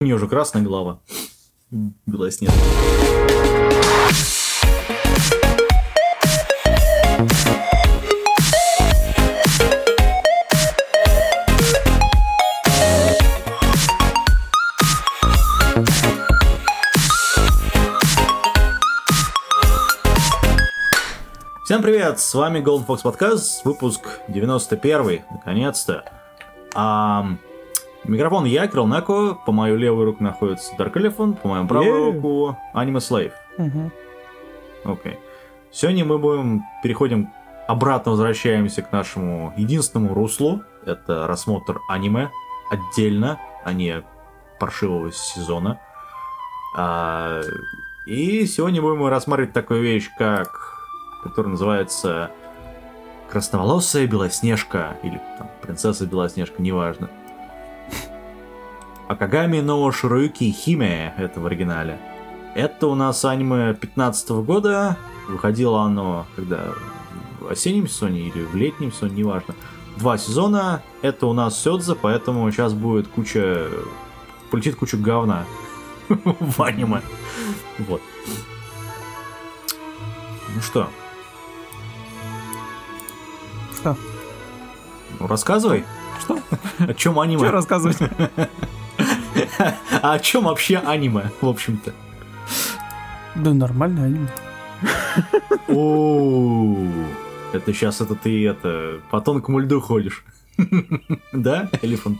У нее уже красная голова. Белоснежка. Всем привет, с вами Golden Fox Podcast, выпуск 91, наконец-то. Микрофон я, Кирилл Неко, по мою левую руку находится Dark Elephant, по мою правую руку Anime Slave. Окей. Сегодня мы переходим, обратно возвращаемся к нашему единственному руслу, это рассмотр аниме отдельно, а не паршивого сезона. И сегодня будем рассматривать такую вещь, которая называется «Красноволосая Белоснежка» или там, «Принцесса Белоснежка», неважно. Акагами но Широюки Химе, это в оригинале. Это у нас аниме 15-го года. Выходило оно когда в осеннем сезоне или в летнем сезоне, неважно. 2 сезона. Это у нас сёдзе, поэтому сейчас будет полетит куча говна в аниме. Вот. Ну что? Что? Ну, рассказывай. Что? О чем аниме? Что рассказывать? А о чем вообще аниме, в общем-то? Да нормально аниме. О, это сейчас ты по тонкому льду ходишь. Да, Элефант?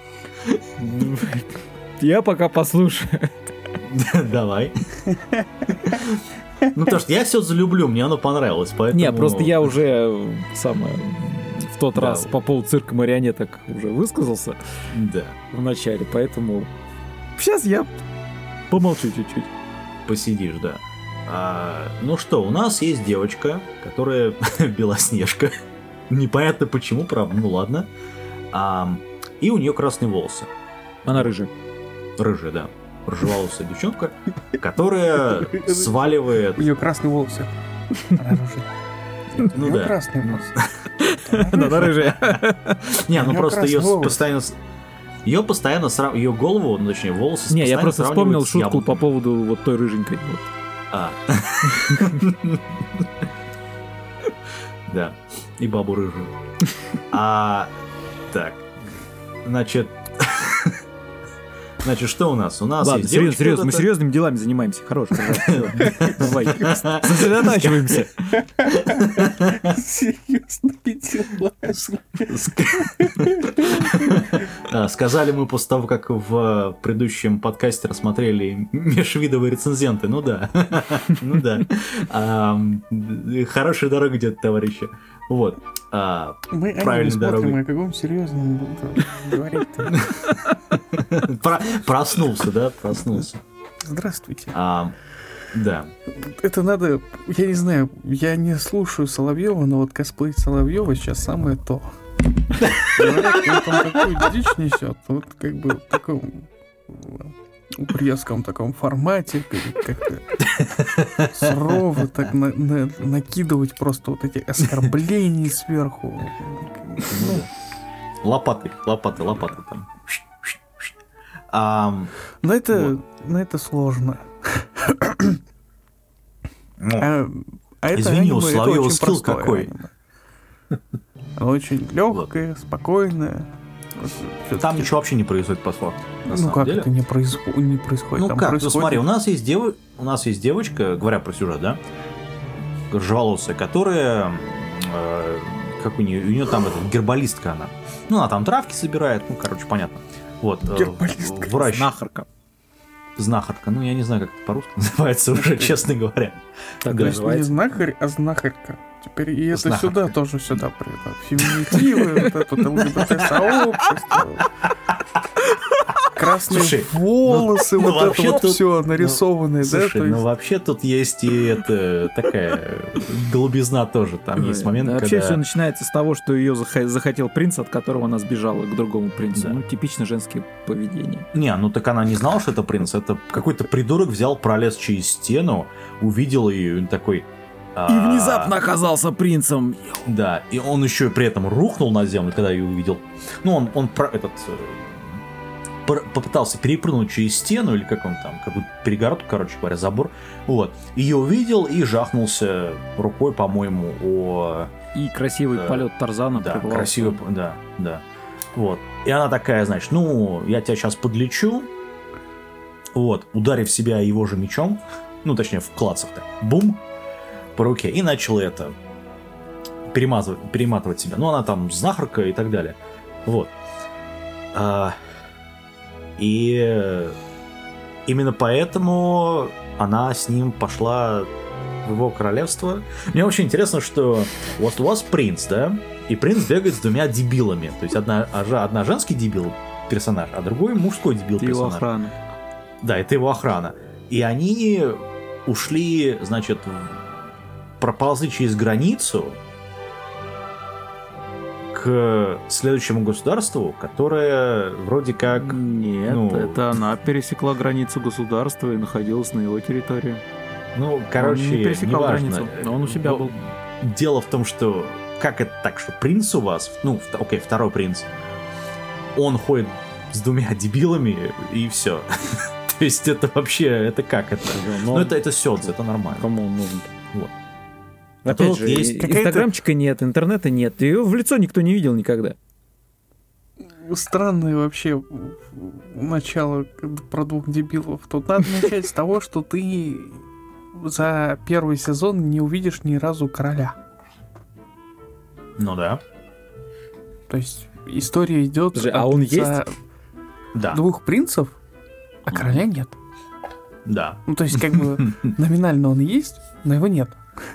Я пока послушаю. Давай. Ну, потому что я все залюблю, мне оно понравилось, поэтому... Не, просто я уже в тот раз по поводу цирка марионеток уже высказался в начале, поэтому сейчас я помолчу чуть-чуть. Посидишь, да. Ну что, у нас есть девочка, которая Белоснежка. Непонятно почему, правда, ну ладно. И у нее красные волосы. Она рыжая. Рыжая, да. Рыжеволосая девчонка, которая сваливает... У нее красные волосы. Она рыжая. Ну да. Красные волосы. Она рыжая. Не, ну просто ее постоянно... Ее постоянно сравнивают... Ее голову, ну точнее волосы... Не, я просто вспомнил шутку по поводу вот той рыженькой. Да. И бабу рыжую. Так. Значит, что у нас? У нас ладно, есть серьезно, мы серьезными делами занимаемся. Хорош, давай, сосредотачиваемся. Серьезно, Сказали мы после того, как в предыдущем подкасте рассмотрели межвидовые рецензенты. Ну да. Ну да. Хорошая дорога где-то, товарищи. Вот. Мы аниме смотрим, о каком серьезном говорить-то. Проснулся, да? Проснулся. Здравствуйте. Да. Это надо, я не знаю, я не слушаю Соловьева, но вот косплей Соловьева сейчас самое то. Говорят, он там такую дичь несет, вот как бы в таком упреском таком формате, как-то сурово так накидывать просто вот эти оскорбления сверху. Лопаты там. Но это сложно. Извини, у Соловьева скилл какой. Оно очень легкое, спокойное. Там ничего вообще не происходит по факту. Ну как это не происходит? Ну как, ну смотри, у нас есть девочка, говоря про сюжет, да, рыжеволосая, которая, как у нее там гербалистка она. Ну она там травки собирает, ну короче, понятно. Вот. Гербалистка. Знахарка. Ну, я не знаю, как это по-русски называется уже, честно говоря. Так то есть не знахарь, а знахарка. Теперь и это сюда тоже феминитивы, вот это ЛГБТ-сообщество. Красные волосы, вот это вот все нарисованное, да? Слушай, ну вообще тут есть и такая голубизна тоже. Там есть моменты, вообще все начинается с того, что ее захотел принц, от которого она сбежала к другому принцу. Ну, типично женское поведение. Не, ну так она не знала, что это принц. Это какой-то придурок взял, пролез через стену, увидел ее, и он такой... И внезапно оказался принцем. Да, и он еще при этом рухнул на землю, когда ее увидел. Ну, он попытался перепрыгнуть через стену, или как он там, какую-то перегородку, короче говоря, забор, вот, ее увидел и жахнулся рукой, по-моему, И красивый полет Тарзана. Да, красивый, да. Вот. И она такая, значит, ну, я тебя сейчас подлечу, вот, ударив себя его же мечом, ну, точнее, в клацах-то, бум, по руке, и начала это перематывать себя. Ну, она там знахарка и так далее. Вот. И именно поэтому она с ним пошла в его королевство. Мне очень интересно, что вот у вас принц, да? И принц бегает с двумя дебилами. То есть одна женский дебил персонаж, а другой мужской дебил персонаж. Это его охрана. Да, это его охрана. И они ушли, значит, проползли через границу к следующему государству, которое вроде как... Нет, это она пересекла границу государства и находилась на его территории. Ну, короче, он не пересекал неважно. Границу, но он у себя был. Дело в том, что как это так, что принц у вас, ну, окей, второй принц, он ходит с двумя дебилами и все. То есть это вообще, это как это? Ну, это сёдз, это нормально. Кому он нужен? Вот. Опять же, инстаграмчика нет, интернета нет. Ее в лицо никто не видел никогда. Странное вообще начало про двух дебилов. Тут надо начать с того, что ты за первый сезон не увидишь ни разу короля. Ну да. То есть история идет а он есть? Двух принцев, а короля нет. Да. Ну то есть как бы номинально он есть, но его нет.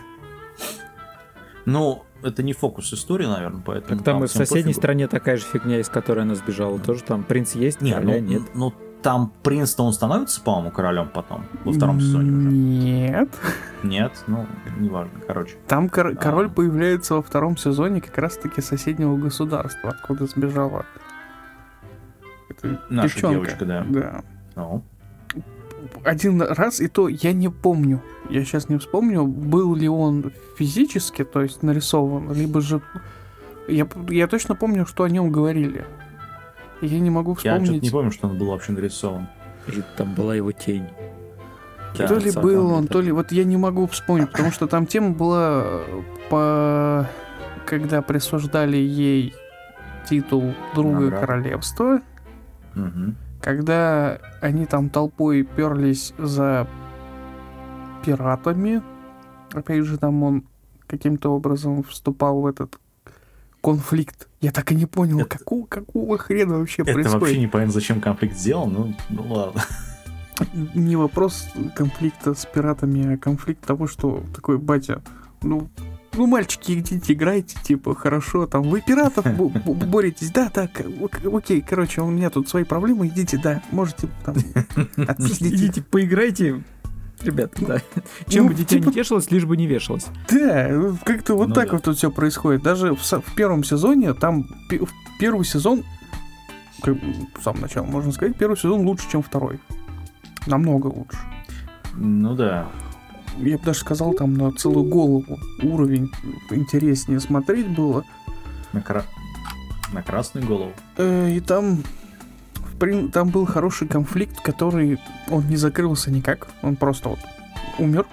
Ну, это не фокус истории, наверное, поэтому... Так там и в соседней стране такая же фигня, из которой она сбежала. Тоже там принц есть, короля нет. Ну, там принц-то он становится, по-моему, королем потом, во втором сезоне уже. Нет. Нет? Ну, неважно, короче. Там король появляется во втором сезоне как раз-таки соседнего государства, откуда сбежала эта наша девчонка. Девочка, да. Да. Ну. Один раз, и то я не помню. Я сейчас не вспомню, был ли он физически, то есть нарисован, либо же... Я точно помню, что о нем говорили. Я не могу вспомнить. Я что-то не помню, что он был вообще нарисован. И там была его тень. Да, то ли был он, то ли... Вот я не могу вспомнить, потому что там тема была когда присуждали ей титул друга королевства. Угу. Когда они там толпой перлись за пиратами, опять же, там он каким-то образом вступал в этот конфликт. Я так и не понял, какого хрена вообще происходит. Это вообще непонятно, зачем конфликт сделал, ну ладно. Не вопрос конфликта с пиратами, а конфликт того, что такой батя, ну мальчики, идите, играйте, типа, хорошо, там, вы пиратов боретесь, да, так, окей, короче, у меня тут свои проблемы, идите, да, можете там отпиздить. Идите, поиграйте, ребят, да. Чем бы дитя не тешилось, лишь бы не вешалось. Да, как-то вот так вот тут все происходит. Даже в первом сезоне, там, первый сезон, в самом начале, можно сказать, первый сезон лучше, чем второй. Намного лучше. Ну да. Я бы даже сказал, там на целую голову уровень интереснее смотреть было. На красную голову. И там был хороший конфликт, который он не закрылся никак. Он просто вот умер.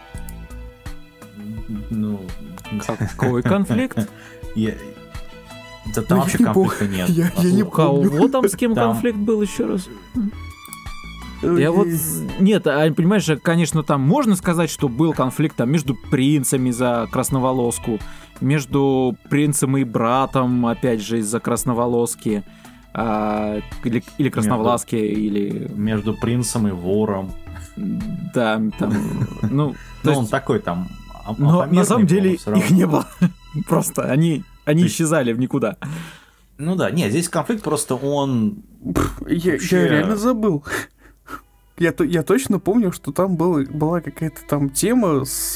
Ну, какой конфликт? Да там вообще конфликта нет. Я не помню. Вот там с кем конфликт был еще раз? Я вот... Нет, понимаешь, конечно, там можно сказать, что был конфликт там между принцами за красноволоску, между принцем и братом, опять же, из-за красноволоски, или красновласки, или... Между принцем и вором. Да, там... Ну, он такой там... Но на самом деле их не было. Просто они исчезали в никуда. Ну да, нет, здесь конфликт просто он... Я реально забыл. Я точно помню, что там была какая-то там тема с...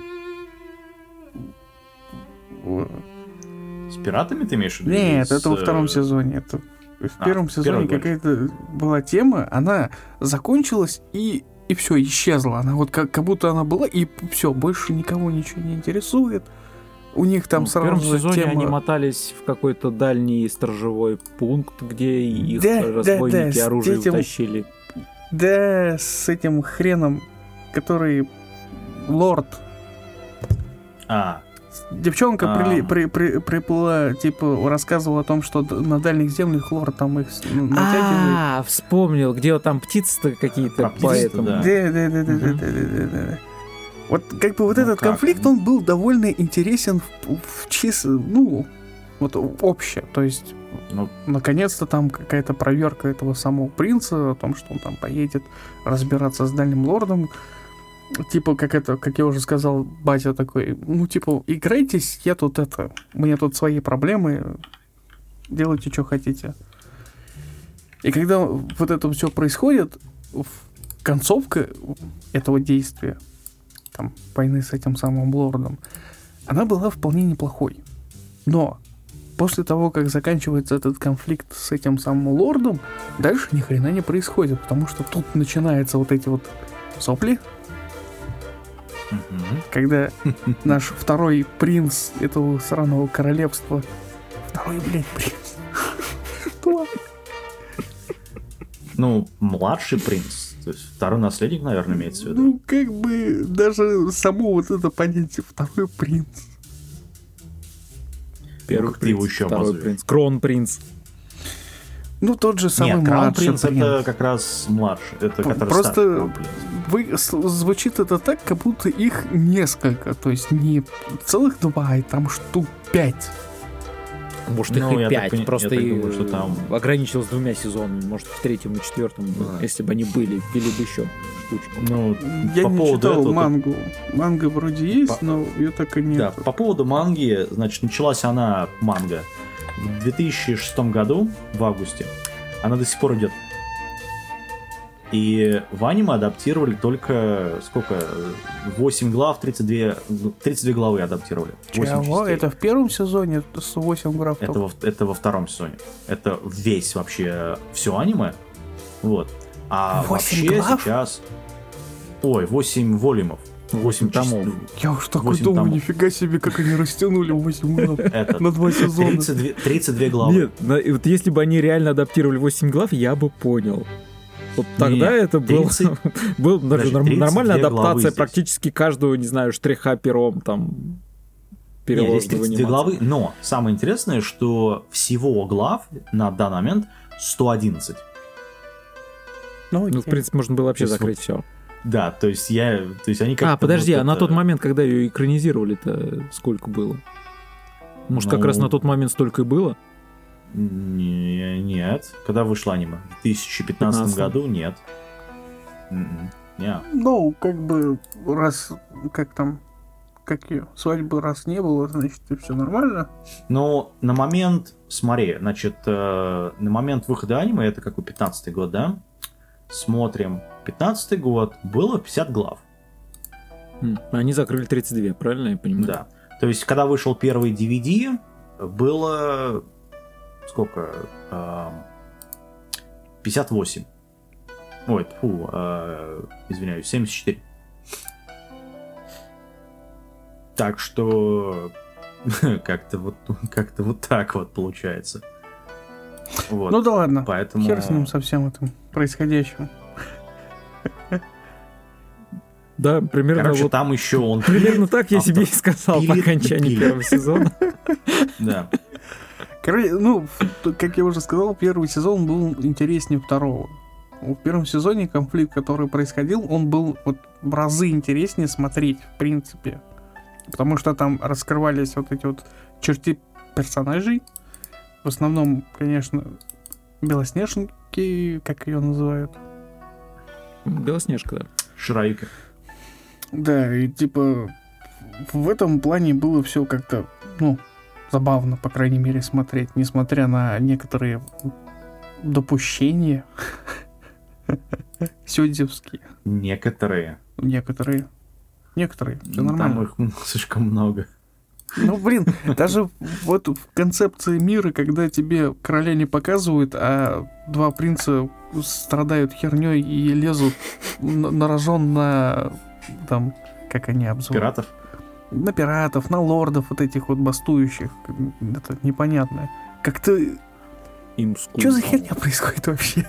С пиратами ты имеешь в виду? Нет, это во втором сезоне. Это в первом сезоне какая-то была тема, она закончилась и все, исчезла. Она вот как будто она была, и все, больше никого ничего не интересует. у них там В сразу первом же сезоне тема... они мотались в какой-то дальний сторожевой пункт, где их Да, разбойники с оружие этим- утащили. Да, с этим хреном, который лорд. Девчонка приплыла, типа, рассказывала о том, что на дальних землях лорд там их натягивает. Вспомнил, где вот там птицы-то какие-то Про по птиц-то, этому. да. Да. Вот как бы вот этот конфликт, он был довольно интересен в чисто, вот обще. То есть, наконец-то там какая-то проверка этого самого принца о том, что он там поедет разбираться с дальним лордом. Типа, как я уже сказал, батя такой, играйтесь, у меня тут свои проблемы, делайте, что хотите. И когда вот это все происходит, концовка этого действия, там, войны с этим самым лордом, она была вполне неплохой. Но после того, как заканчивается этот конфликт с этим самым лордом, дальше ни хрена не происходит, потому что тут начинаются вот эти вот сопли, когда наш второй принц этого сраного королевства... Второй, блядь, принц. Что? Младший принц. То есть второй наследник, наверное, имеется в виду. Как бы даже само вот это понятие второй принц. Первый как ты его принц, еще второй обозвешь? принц, кронпринц. Тот же самый Нет, младший Краун-принц принц. это как раз младший. Это который Просто старший Краун-принц. звучит это так, как будто их несколько. То есть не целых 2, а там штук 5. Может, их я и так 5, просто я так и думаю, что там... ограничилось 2 сезонами, может, в 3-м и 4-м, если бы они были, ввели бы еще штучку. Я по не поводу читал этого... мангу. Манга вроде есть, но ее так и нет. Да, по поводу манги, значит, началась она, манга, в 2006 году, в августе. Она до сих пор идет. И в аниме адаптировали только, 8 глав, 32 главы адаптировали. 8 Чего? частей. Это в первом сезоне с 8 глав? Это во втором сезоне. Это весь вообще все аниме. Вот. А 8 вообще глав? сейчас... 8 волюмов. 8 томов. Я уж такой 8 думаю, томов. нифига себе, как они растянули 8 глав на 2 сезона. 32 главы. Нет, вот если бы они реально адаптировали 8 глав, я бы понял. Вот тогда Нет, это был 30 даже 32 нормальная главы адаптация здесь. практически каждого, не знаю, штриха пером там Нет, здесь переложенного 32 главы, но самое интересное, что всего глав на данный момент 111. в принципе, можно было вообще То есть закрыть все. Да, то есть они как-то... Подожди, вот а на это- тот момент, когда ее экранизировали-то, сколько было? Может, как раз на тот момент столько и было? Нет. Когда вышло аниме? В 2015 году? Нет. Не. Как бы, раз, как ее, свадьбы раз не было, значит, и все нормально. Но на момент, смотри, значит, на момент выхода аниме, это какой, 15-й год, да? Смотрим. 15-й год, было 50 глав. Они закрыли 32, правильно я понимаю? Да. То есть, когда вышел первый DVD, было... Сколько? 58. Ой, извиняюсь, 74. Так что... как-то вот так вот получается. Вот. Ну да ладно, Поэтому... хер с ним со всем этим происходящим. Да, примерно Короче, вот... там еще он... Примерно так я себе и сказал по пилит, окончании пилит. первого сезона. Да. Короче, как я уже сказал, первый сезон был интереснее второго. В первом сезоне конфликт, который происходил, он был вот в разы интереснее смотреть, в принципе. Потому что там раскрывались вот эти вот черты персонажей. В основном, конечно, Белоснежки, как ее называют. Белоснежка, да. Шираюка. Да, и типа в этом плане было все как-то, забавно, по крайней мере, смотреть, несмотря на некоторые допущения сёдзевские. Некоторые. Некоторые, все Там нормально. их слишком много. Даже вот в концепции мира, когда тебе короля не показывают, а 2 принца страдают херней и лезут на рожон на там, как они обзывают? Пиратов? на пиратов, на лордов вот этих вот бастующих. Это непонятно. Как-то... Им Что за херня происходит вообще?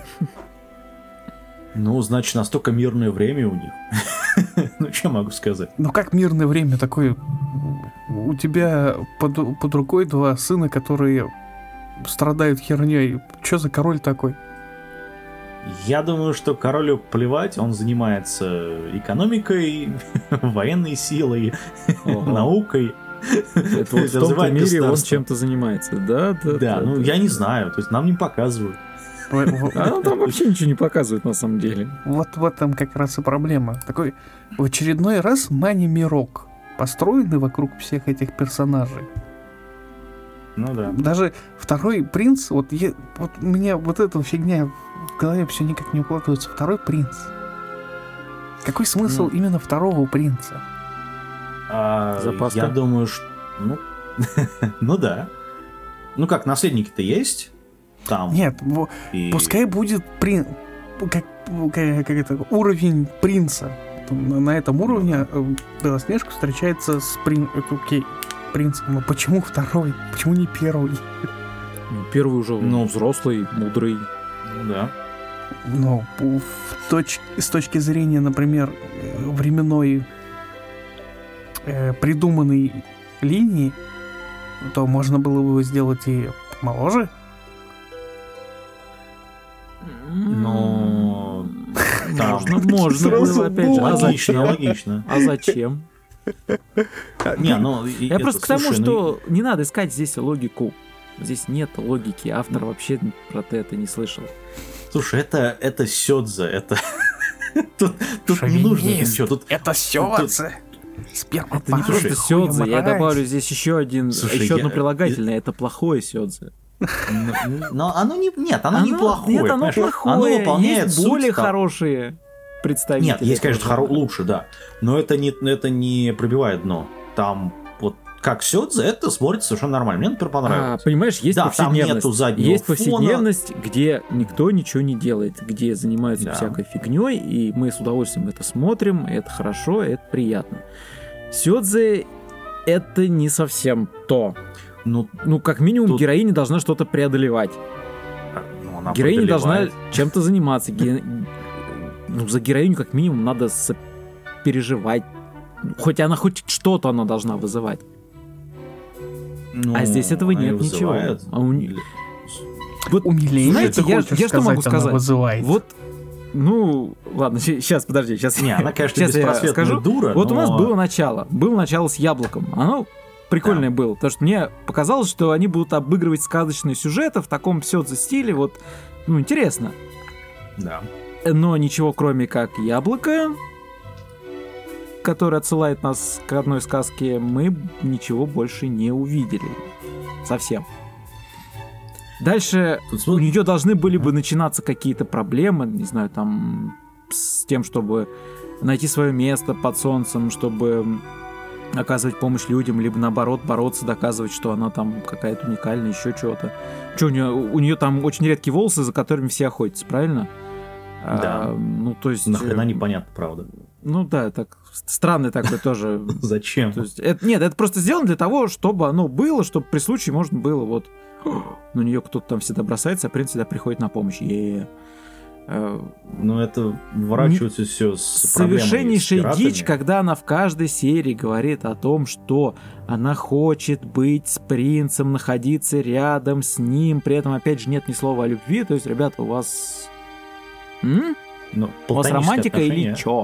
Ну, значит, настолько мирное время у них. Ну, что могу сказать? Ну, как мирное время такое? У тебя под рукой 2 сына, которые страдают херней. Что за король такой? Я думаю, что королю плевать, он занимается экономикой, военной силой, наукой. Это вот в том-то мире он чем-то занимается. Да, ну я не знаю, то есть нам не показывают. А там вообще ничего не показывают на самом деле. Вот в этом как раз и проблема. Такой в очередной раз мани-мирок, построенный вокруг всех этих персонажей. Ну да. Даже второй принц, вот у меня вот эта фигня в голове все никак не укладывается. Второй принц. Какой смысл именно второго принца? Запаска. Я думаю, что... Ну да. Ну как, наследники-то есть? Там. Нет, пускай будет как это, уровень принца. На этом уровне Белоснежка встречается с принцем. Но почему второй? Почему не первый? Первый уже взрослый, мудрый. Да. Но с точки зрения, например, временной придуманной линии, то можно было бы его сделать и моложе. Но... Можно было, опять же. Логично. А зачем? Не, ну... Я просто к тому, что не надо искать здесь логику. Здесь нет логики. Автор вообще про это не слышал. Слушай, это сёдзе, это... Тут не нужно ничего. Это сёдзе. Сперма. Это не просто сёдзе. Я добавлю здесь еще одно прилагательное. Это плохое сёдзе. Но оно не... Нет, оно неплохое. Нет, оно плохое. Оно выполняет есть более хорошие представители. Нет, есть, конечно, лучше, да. Но это не пробивает дно. Там вот как сёдзе, это смотрится совершенно нормально. Мне, например, понравилось. Понимаешь, есть повседневность. Там нету заднего есть повседневность, где никто ничего не делает, где занимаются Да. всякой фигней, и мы с удовольствием это смотрим, и это хорошо, и это приятно. Сёдзе — это не совсем то. Ну, как минимум, героиня должна что-то преодолевать. Она Героиня должна преодолевает. чем-то заниматься. За героиню как минимум надо переживать. Хоть что-то она должна вызывать. А здесь этого она нет её вызывает. ничего. Вот, Умиление, знаете, ты хочешь я что могу сказать, она сказать? вызывает. Вот, ладно, сейчас, подожди, сейчас. Не, она, конечно, Сейчас я беспросветная скажу. дура, Вот но... у нас было начало с яблоком. Оно прикольное было, потому что мне показалось, что они будут обыгрывать сказочные сюжеты в таком сёдзе стиле, вот, интересно. Да. Но ничего, кроме как яблоко, которое отсылает нас к одной сказке, мы ничего больше не увидели. Совсем. Дальше у нее должны были бы начинаться какие-то проблемы, не знаю, там, с тем, чтобы найти свое место под солнцем, чтобы оказывать помощь людям, либо наоборот бороться, доказывать, что она там какая-то уникальная, еще чего-то. У нее там очень редкие волосы, за которыми все охотятся, правильно? Да. То есть... Нахрена непонятно, правда. Ну да, так странный такой тоже. Зачем? То есть, это просто сделано для того, чтобы оно было, чтобы при случае можно было вот на нее кто-то там всегда бросается, а принц всегда приходит на помощь. Ну это ворачивается все с проблемой совершеннейшая с дичь, когда она в каждой серии говорит о том, что она хочет быть с принцем, находиться рядом с ним, при этом опять же нет ни слова о любви. То есть, ребята, у вас... У вас романтика или чё?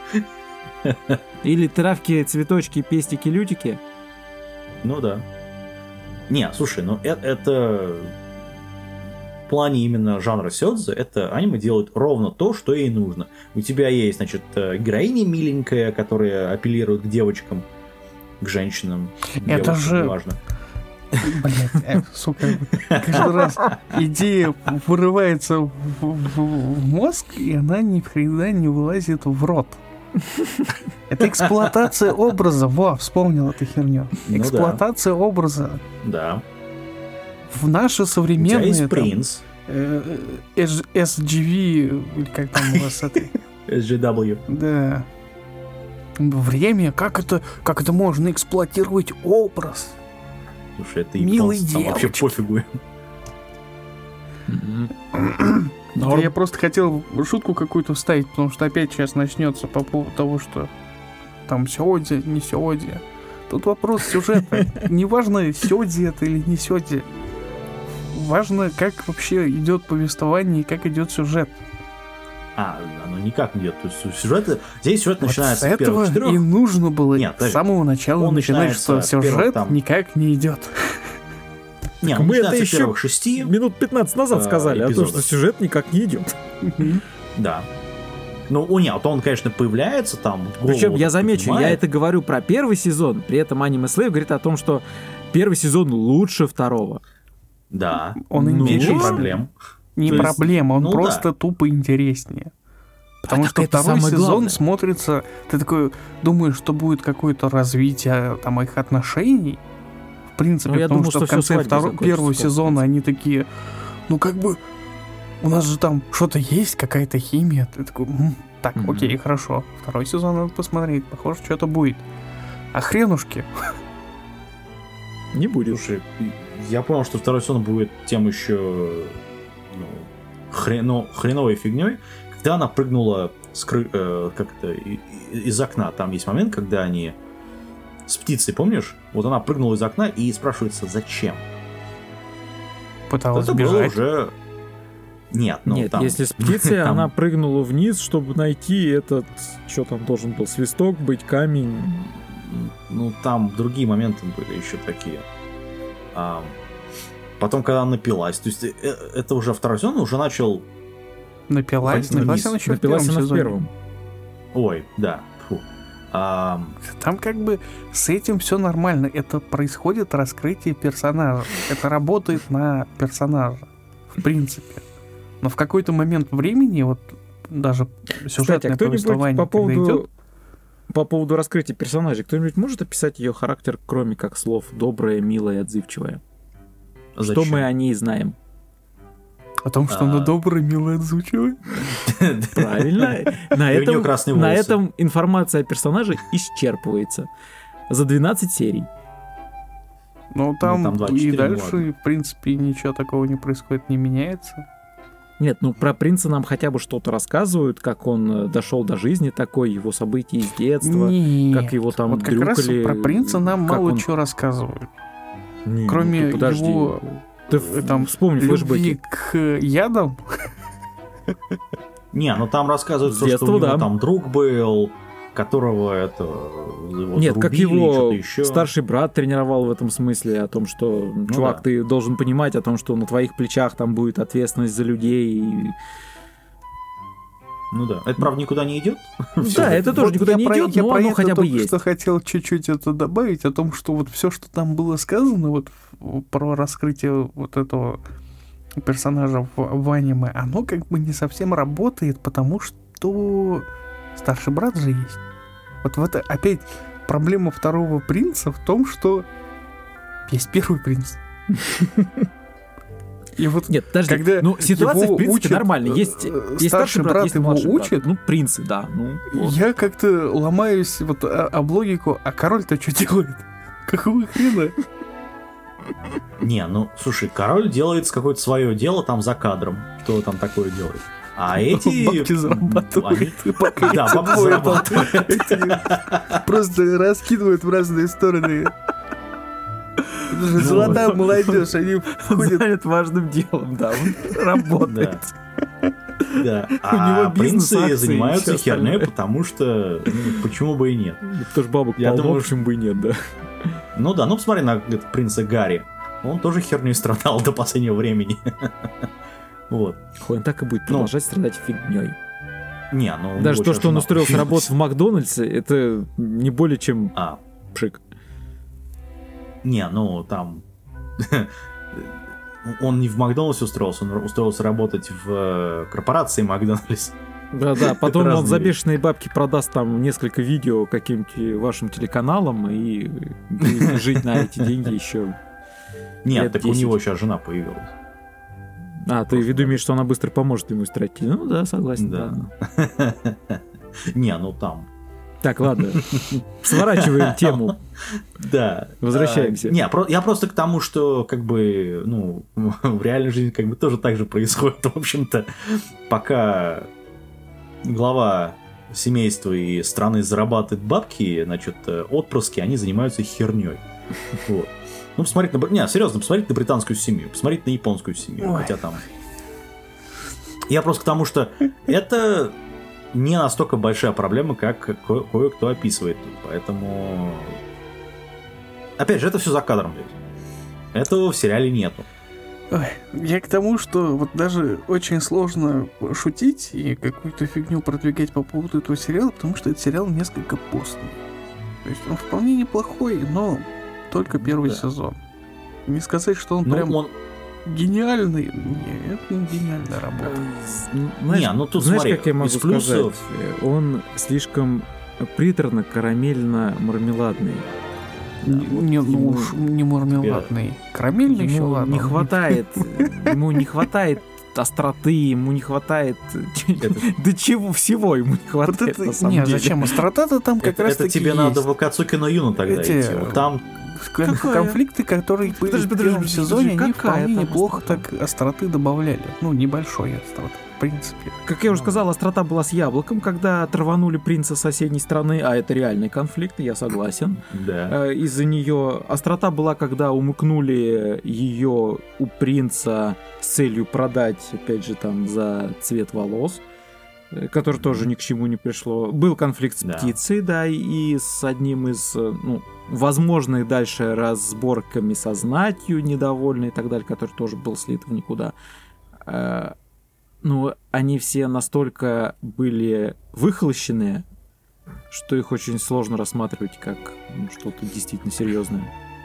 Или травки, цветочки, пестики, лютики? Ну да. Не, слушай, это в плане именно жанра сёдзе, это аниме делает ровно то, что ей нужно. У тебя есть, значит, героиня миленькая, которая апеллирует к девочкам, к женщинам. Это же... Неважно. Блять, сука, каждый раз идея вырывается в мозг, и она ни хрена не вылазит в рот. Это эксплуатация образа. Вспомнил эту херню. Эксплуатация образа. Да. В наши современные... У тебя есть принц. SGV, или как там у вас это... SGW. Да. Время, как это можно эксплуатировать образ? Слушай, это Милые японцы, там вообще девочки. пофигу. Это я просто хотел шутку какую-то вставить, потому что опять сейчас начнется по поводу того, что там сёдзи, не сёдзи. Тут вопрос сюжета. Неважно, сёдзи это или не сёдзи. Важно, как вообще идет повествование и как идет сюжет. Оно никак не идет. То есть здесь сюжет Вот начинается с с первых этого 4. и нужно было Нет, с подожди. самого начала Он начинать, начинается что с первых сюжет там- никак не идет. Не, Так он мы это начинается с еще первых 6. минут 15 назад сказали, а то, эпизодов. что сюжет никак не идет. Да. Ну, вот он, конечно, появляется там. Причем голову я замечу, я поднимает. это говорю про первый сезон, при этом Anime Slave говорит о том, что первый сезон лучше второго. Да. Он Меньше интереснее. проблем. Не То есть, проблема, он ну просто тупо интереснее. Потому так что это второй самое сезон главное. смотрится, ты такой думаешь, что будет какое-то развитие там их отношений. В принципе, Ну, я потому думал, что что в всё конце свадьбой закончится, первого сколько сезона там. они такие, ну как бы, у нас же там что-то есть, какая-то химия. Ты такой, так, Мгм. окей, хорошо. Второй сезон надо посмотреть, похоже, что-то будет. А хренушки. Не будет. Слушай, я понял, что второй сезон будет тем еще хреновой фигней. Когда она прыгнула из окна, там есть момент, когда они с птицей, помнишь? Вот она прыгнула из окна и спрашивается, зачем? Пыталась Это было бежать. уже... Нет, Нет, там... если с птицей там- она прыгнула вниз, чтобы найти этот, что там должен был, свисток быть, камень. Ну, там другие моменты были еще такие. Потом, когда она напилась, то есть это уже второй сезон уже начал... Напилась Уходить она вниз. еще в Напилась первом она в сезоне. первом. Ой, да. Фу. Там как бы с этим все нормально. Это происходит раскрытие персонажа. Это работает на персонажа, в принципе. Но в какой-то момент времени, вот даже Кстати, сюжетное а кто-нибудь повествование, когда идет, по поводу раскрытия персонажей, кто-нибудь может описать ее характер, кроме как слов добрая, милая, отзывчивая? Что мы о ней знаем? о том, что она добрая, милая, отзывчивая. Правильно. На И у неё красные на волосы. этом информация о персонаже исчерпывается. За 12 серий. Но там, там и 24, дальше, ладно. в принципе, ничего такого не происходит, не меняется. Нет, ну про принца нам хотя бы что-то рассказывают, как он дошел до жизни такой, его события из детства. Нет. как его там вот как раз дрюкали, про принца нам как мало он- чего рассказывают. Не, Кроме ну ты подожди. его Ты там вспомни любви флешбеки. к ядам. Не, ну там рассказывается, С что у детства, него да. там друг был, которого его Нет, как зарубили, его что-то еще. старший брат тренировал в этом смысле, о том, что, чувак, да. ты должен понимать о том, что на твоих плечах там будет ответственность за людей. и- Ну да. Это, правда, никуда не идет. Да, это тоже Вот никуда я не про- идет, я но про оно это хотя бы только есть. что хотел чуть-чуть это добавить, о том, что вот все, что там было сказано, вот про раскрытие вот этого персонажа в аниме, оно как бы не совсем работает, потому что старший брат же есть. Вот в это опять проблема второго принца в том, что есть первый принц. И вот Нет, подожди, когда ну ситуация его в принципе учат, нормальная. Есть старший брат, есть его младший брат. учат, Ну, принцы, да. Ну, вот. я как-то ломаюсь вот об логику, а король-то что делает? Какого хрена? Не, ну, слушай, король делает какое-то свое дело там за кадром. Что там такое делает? А эти... Бабки зарабатывает. они- Пока Да, эти бабки двое там зарабатывает. эти просто раскидывают в разные стороны. Это же Ну, золотая молодежь, они Он ходят. занят важным делом, да, он работает. Да. У А него бизнес, принцы акции и занимаются всё херней, остальное. потому что почему бы и нет. Потому что бабок Я полно, думаю, почему бы и нет, да. Ну да, ну посмотри на принца Гарри. Он тоже херней страдал до последнего времени. Вот. Он так и будет продолжать страдать фигней. Не, ну... Даже то, его что он жена устроился появилась. работать в Макдональдсе, это не более чем пшик. Не, ну там... Он не в Макдональдсе устроился, он устроился работать в корпорации Макдональдс. Да-да, потом он разные за вещи. бешеные бабки продаст там несколько видео каким-то вашим телеканалам и будет жить на эти деньги еще. Нет, Лет так у 10. него сейчас жена появилась. А, ты в виду имеешь, что она быстро поможет ему истратить? Ну да, согласен. Да. Да. Не, ну там... Так, ладно. Сворачиваем тему. Да. Возвращаемся. Не, я просто к тому, что как бы, ну, в реальной жизни как бы тоже так же происходит. В общем-то, пока глава семейства и страны зарабатывает бабки, значит, отпрыски, они занимаются херней. Вот. Ну, посмотреть серьезно, посмотреть на британскую семью, посмотреть на японскую семью, хотя там... Я просто к тому, что это не настолько большая проблема, как кое-кто описывает. Поэтому... Опять же, это все за кадром, блядь. Этого в сериале нету. Ой, я к тому, что вот даже очень сложно шутить и какую-то фигню продвигать по поводу этого сериала, потому что этот сериал несколько постный. То есть он вполне неплохой, но только первый сезон. Не сказать, что он гениальный. Нет, это не гениальная работа. Тут знаешь, смотри, как я могу сказать? Он слишком приторно-карамельно-мармеладный. Не мармеладный. Карамельный еще ладно. Ему не хватает остроты, ему не хватает... Да чего, всего ему не хватает, на самом деле. Зачем? Острота-то там как раз таки это тебе надо в Акацуки но Юну тогда идти. Там конфликты, которые были в первом сезоне, они вполне неплохо так остроты добавляли. Ну, небольшой остроты, в принципе. Как я уже сказал, острота была с яблоком, когда траванули принца соседней страны, а это реальный конфликт, я согласен. Да. Из-за нее острота была, когда умыкнули ее у принца с целью продать, опять же, там, за цвет волос, который тоже ни к чему не пришло. Был конфликт с птицей, да, и с одним из, возможных дальше разборками со знатью недовольной и так далее, который тоже был слит в никуда. Они все настолько были выхолощенные, что их очень сложно рассматривать как что-то действительно серьезное.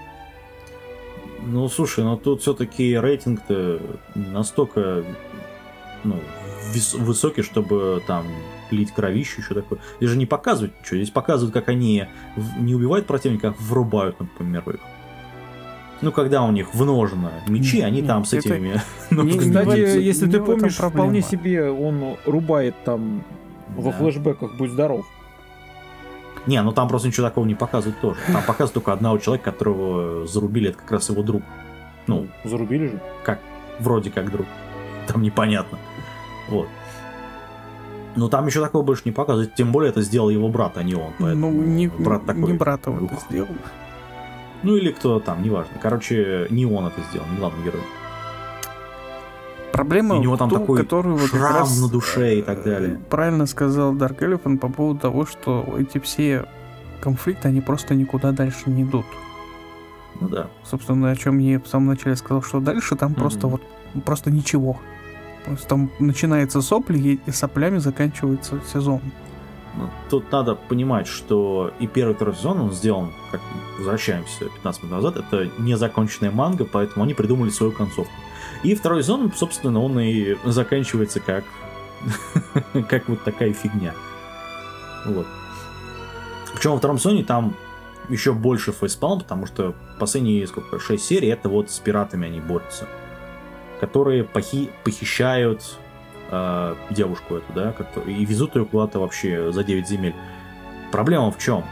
Ну, слушай, тут все-таки рейтинг-то настолько, высокий, чтобы там лить кровищу, еще такое. Здесь же не показывают ничего, здесь показывают, как они не убивают противника, а врубают, например, их. Когда у них вножено мечи, они там с этими... Кстати, если ты помнишь, вполне себе он рубает там во флешбеках, будь здоров. Там просто ничего такого не показывают тоже. Там показывают только одного человека, которого зарубили, это как раз его друг. Зарубили же? Вроде как друг. Там непонятно. Вот. Но там еще такого больше не показывают. Тем более это сделал его брат, а не он. Брат такой. Не брат его это сделал. Или кто там, неважно. Короче, не он это сделал, не главный герой. Проблема у него там такой которую шрам на душе и так далее. Правильно сказал Dark Elephant по поводу того, что эти все конфликты, они просто никуда дальше не идут. Ну да. Собственно, о чем я в самом начале сказал, что дальше там просто ничего. То есть там начинается сопли, и соплями заканчивается сезон. Тут надо понимать, что и первый, и второй сезон он сделан, как возвращаемся 15 минут назад, это незаконченная манга, поэтому они придумали свою концовку. И второй сезон, собственно, он и заканчивается как вот такая фигня. Вот. Причем во втором сезоне там еще больше фейспалм, потому что последние 6 серий это вот с пиратами они борются, которые похищают девушку эту, да, и везут ее куда-то вообще за 9 земель. Проблема в чем?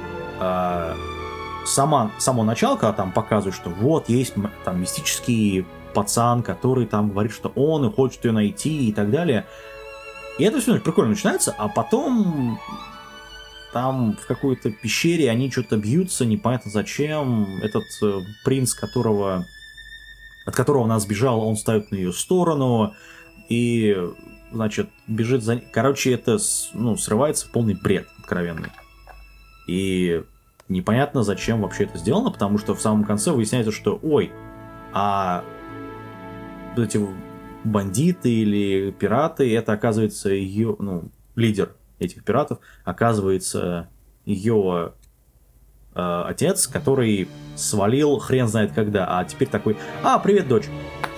Само начало, когда там показывают, что вот есть там мистический пацан, который там говорит, что он и хочет ее найти и так далее. И это все прикольно начинается, а потом там в какой-то пещере они что-то бьются, непонятно зачем. Этот принц, от которого она сбежала, он ставит на ее сторону. И, значит, бежит за... Короче, это, срывается в полный бред откровенный. И непонятно, зачем вообще это сделано, потому что в самом конце выясняется, что, а эти бандиты или пираты, это, оказывается, ее, лидер этих пиратов, оказывается, ее отец, который свалил хрен знает когда, а теперь такой, привет, дочь.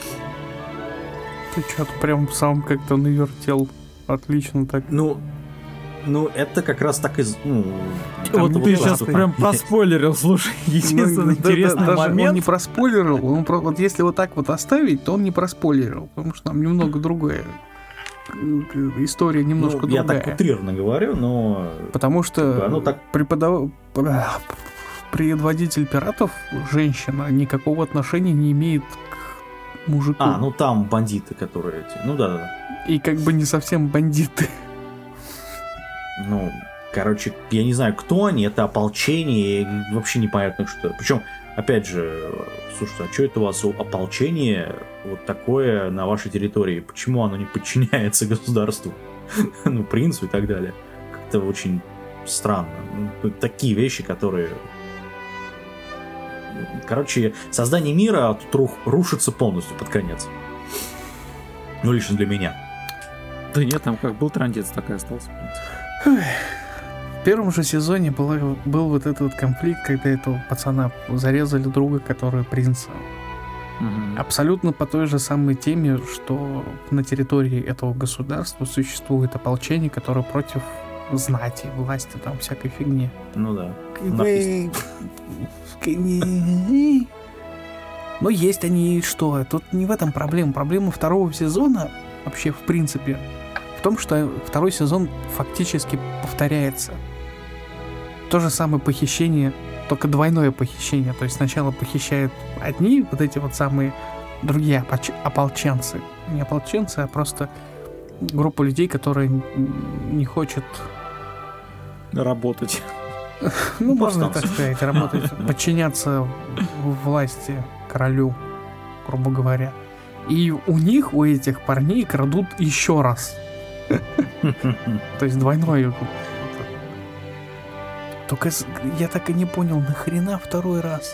Ты что-то прям сам как-то навертел. Отлично так. Это как раз так из... Вот ты сейчас прям проспойлерил, слушай. Единственный интересный момент. Он не проспойлерил, вот если вот так вот оставить, то он не проспойлерил, потому что там немного другое история немножко другая. Я так утрированно говорю, но... Потому что так... предводитель пиратов, женщина, никакого отношения не имеет к мужику. Там бандиты, которые эти... да. И как бы не совсем бандиты. Короче, я не знаю, кто они, это ополчение, и вообще непонятно что. Причем, опять же, слушайте, а что это у вас ополчение вот такое на вашей территории? Почему оно не подчиняется государству? Принцу и так далее. Как-то очень странно. Такие вещи, которые... Короче, создание мира тут рушится полностью под конец. Лично для меня. Да нет, там как был трындец, так и остался. В первом же сезоне был вот этот вот конфликт, когда этого пацана зарезали друга, который принца. Абсолютно по той же самой теме, что на территории этого государства существует ополчение, которое против знати, власти, там всякой фигни. Да. Но есть они что? Тут не в этом проблема. Проблема второго сезона вообще в принципе в том, что второй сезон фактически повторяется. То же самое похищение, только двойное похищение. То есть сначала похищают одни вот эти вот самые другие ополченцы. Не ополченцы, а просто группа людей, которые не хочет работать. Можно так сказать, работать, подчиняться власти, королю, грубо говоря. И у этих парней крадут еще раз. То есть двойное. Только я так и не понял, нахрена второй раз?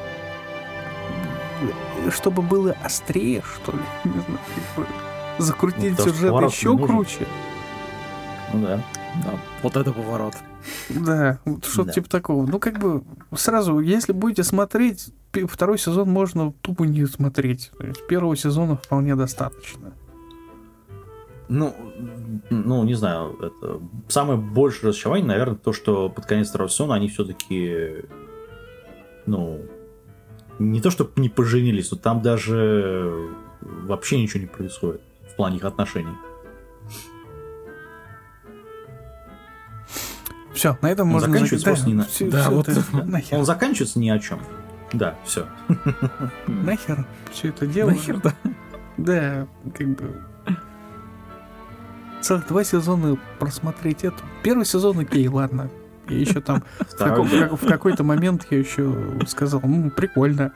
Чтобы было острее, что ли? Не знаю, закрутить сюжет еще круче. Да. Вот это поворот. Да, что-то типа такого. Сразу, если будете смотреть, второй сезон можно тупо не смотреть. То есть первого сезона вполне достаточно. Не знаю, это самое большее разочарование, наверное, то, что под конец второго сезона они все-таки, не то чтобы не поженились, но там даже вообще ничего не происходит в плане их отношений. Все, на этом можно заканчивается просто не на... нахер. Он заканчивается ни о чем. Да, все. Нахер все это дело. Нахер, да. Да, целых 2 сезона просмотреть это. Первый сезон окей, ладно. Я еще там в какой-то момент я еще сказал, прикольно.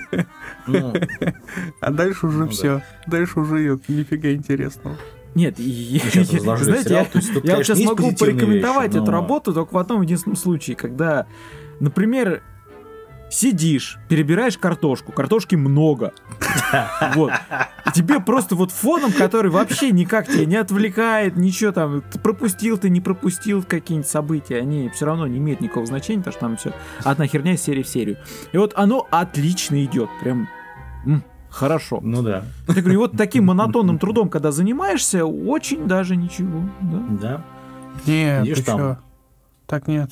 А дальше уже все. Дальше уже нифига интересного. Нет, знаете, я сейчас могу порекомендовать эту работу только в одном единственном случае, когда, например, сидишь, перебираешь картошки много, вот, и тебе просто вот фоном, который вообще никак тебя не отвлекает, ничего там, ты не пропустил какие-нибудь события, они все равно не имеют никакого значения, потому что там все одна херня из серии в серию. И вот оно отлично идет, прям... Хорошо. Да. Я говорю, и вот таким монотонным трудом, когда занимаешься, очень даже ничего. Да. Нет, ты что? Так нет.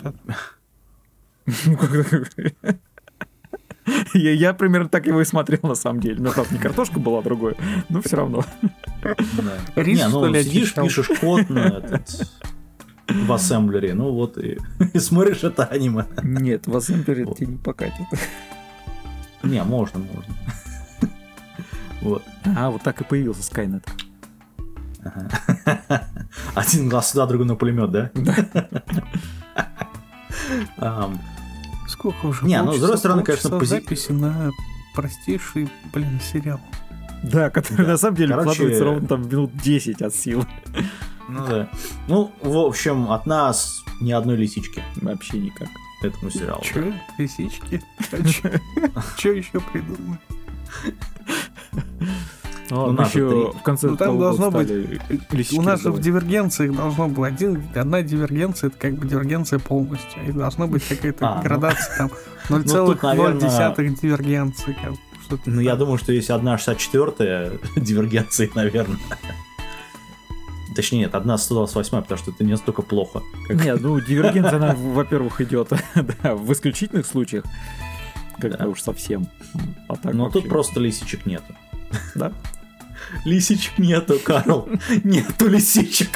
Я примерно так его и смотрел, на самом деле. Но правда, не картошка была, другое. Но все равно. Рис, что ли, сидишь, пишешь код в ассемблере, и смотришь это аниме. Нет, в ассемблере тебе не покатит. Не, можно. Вот. Вот так и появился Skynet. Один глаз сюда, другой на пулемет, да? Сколько уже? С другой стороны, конечно, записи на простейший, сериал. Да, который на самом деле вкладывается ровно там минут 10 от силы. Да. В общем, от нас ни одной лисички. Вообще никак. Этому сериалу. Че? Лисички? Че еще придумать? Еще в конце там должно быть. У нас же в дивергенциях должно быть одна дивергенция, это как бы дивергенция полностью. И должна быть какая-то градация там 0,0 дивергенции. Я думаю, что есть 1,64 дивергенции, наверное. Точнее, нет, 1,128, потому что это не настолько плохо. Нет, дивергенция, она, во-первых, идет в исключительных случаях. Как-то уж совсем. Но тут просто лисичек нету. Да? Лисичек нету, Карл. Нету лисичек.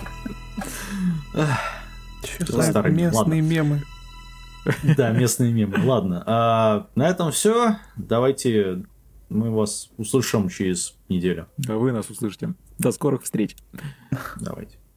Что за местные мемы? Да, местные мемы. Ладно, на этом все. Давайте мы вас услышим через неделю. Да вы нас услышите. До скорых встреч. Давайте.